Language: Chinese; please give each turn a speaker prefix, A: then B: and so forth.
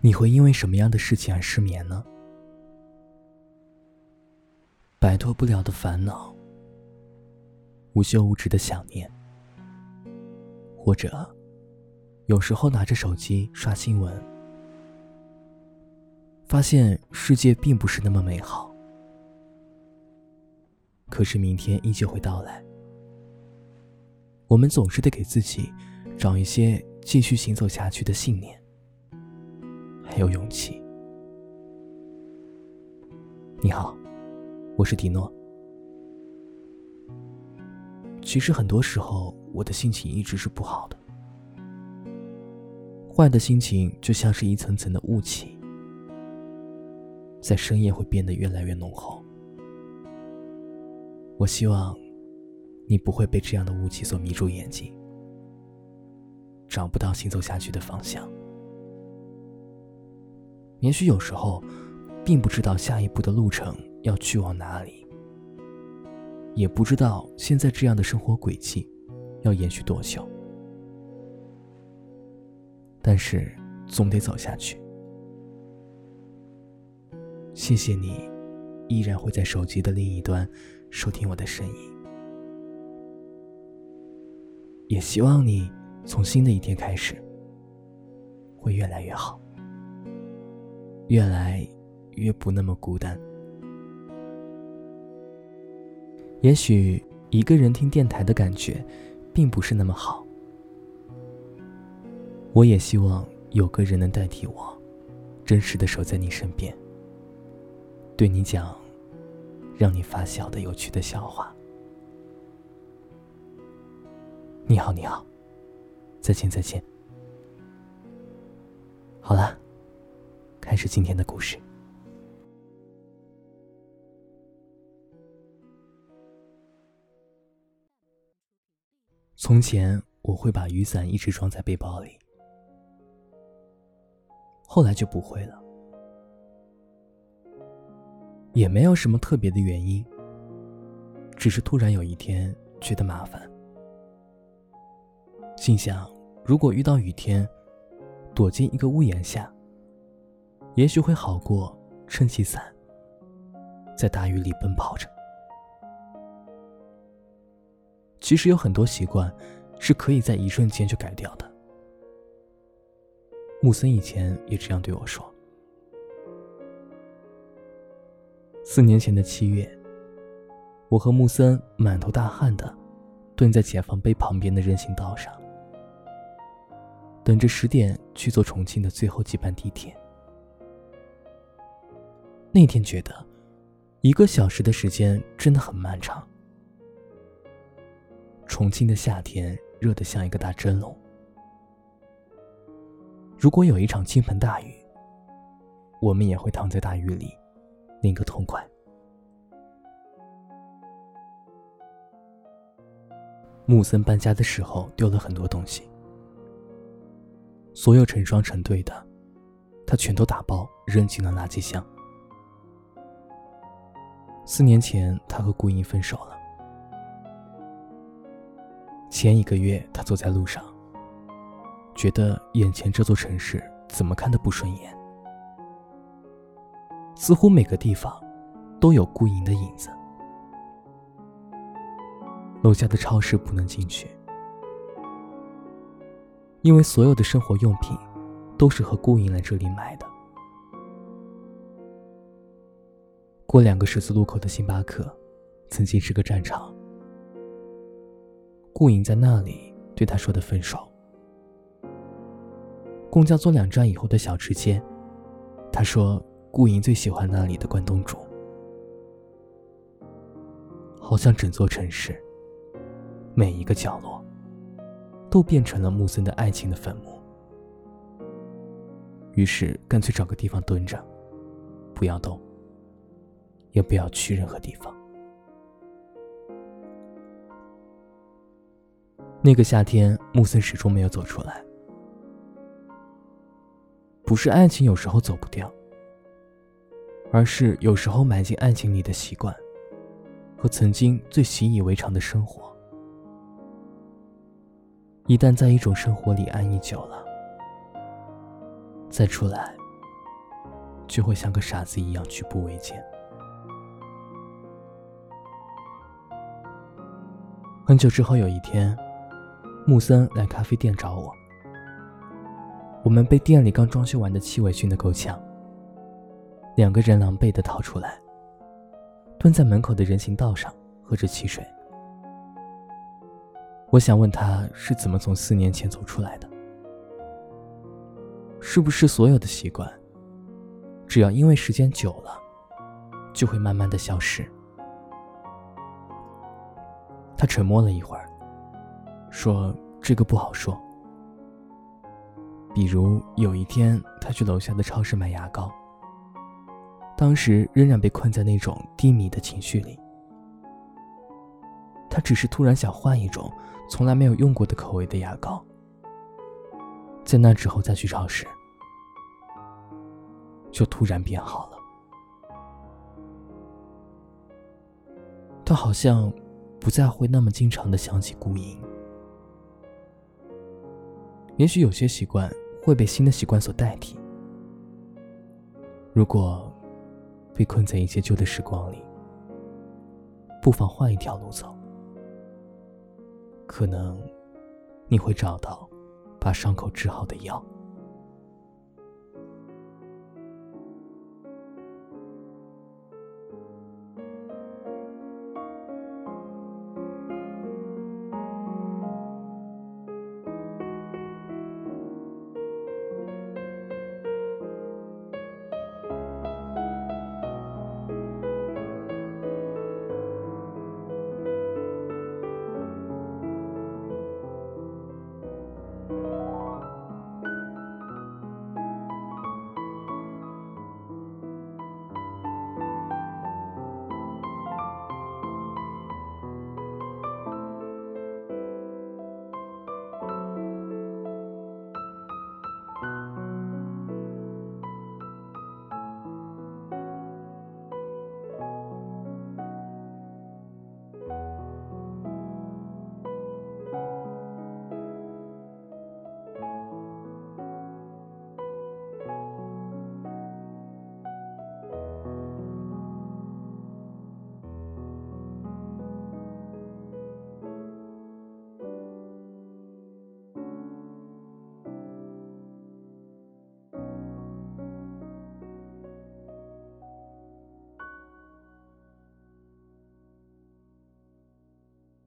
A: 你会因为什么样的事情而失眠呢？摆脱不了的烦恼，无休无止的想念，或者有时候拿着手机刷新闻，发现世界并不是那么美好，可是明天依旧会到来。我们总是得给自己找一些继续行走下去的信念，还有勇气。你好，我是迪诺。其实很多时候我的心情一直是不好的，坏的心情就像是一层层的雾气，在深夜会变得越来越浓厚。我希望你不会被这样的雾气所迷住眼睛，找不到行走下去的方向。也许有时候并不知道下一步的路程要去往哪里，也不知道现在这样的生活轨迹要延续多久，但是总得走下去。谢谢你依然会在手机的另一端收听我的声音，也希望你从新的一天开始会越来越好，越来越不那么孤单。也许一个人听电台的感觉并不是那么好，我也希望有个人能代替我，真实地守在你身边，对你讲让你发笑的有趣的笑话。你好，你好，再见，再见。好了，开始今天的故事。从前我会把雨伞一直装在背包里，后来就不会了，也没有什么特别的原因，只是突然有一天觉得麻烦，心想如果遇到雨天，躲进一个屋檐下，也许会好过撑起伞在大雨里奔跑着。其实有很多习惯是可以在一瞬间就改掉的，木森以前也这样对我说。4年前的7月，我和木森满头大汗的蹲在解放碑旁边的人行道上，等着10点去坐重庆的最后几班地铁。那天觉得1个小时的时间真的很漫长。重庆的夏天热得像一个大蒸笼，如果有一场倾盆大雨，我们也会躺在大雨里淋个痛快。木森搬家的时候丢了很多东西，所有成双成对的他全都打包扔进了垃圾箱。4年前他和顾英分手了，前1个月他走在路上，觉得眼前这座城市怎么看都不顺眼，似乎每个地方都有顾英的影子。楼下的超市不能进去，因为所有的生活用品都是和顾英来这里买的。过2个十字路口的星巴克曾经是个战场，顾颖在那里对他说的分手。公交坐2站以后的小吃街，他说顾颖最喜欢那里的关东煮。好像整座城市每一个角落都变成了木森的爱情的坟墓，于是干脆找个地方蹲着，不要动，也不要去任何地方。那个夏天，木森始终没有走出来。不是爱情有时候走不掉，而是有时候埋进爱情里的习惯和曾经最习以为常的生活，一旦在一种生活里安逸久了，再出来就会像个傻子一样举步维艰。很久之后有一天，木森来咖啡店找我，我们被店里刚装修完的气味熏得够呛，2个人狼狈地逃出来，蹲在门口的人行道上喝着汽水。我想问他是怎么从4年前走出来的，是不是所有的习惯，只要因为时间久了，就会慢慢的消失。他沉默了一会儿，说这个不好说。比如有一天他去楼下的超市买牙膏，当时仍然被困在那种低迷的情绪里，他只是突然想换一种从来没有用过的口味的牙膏，在那之后再去超市，就突然变好了。他好像不再会那么经常地想起孤影。也许有些习惯会被新的习惯所代替，如果被困在一些旧的时光里，不妨换一条路走，可能你会找到把伤口治好的药。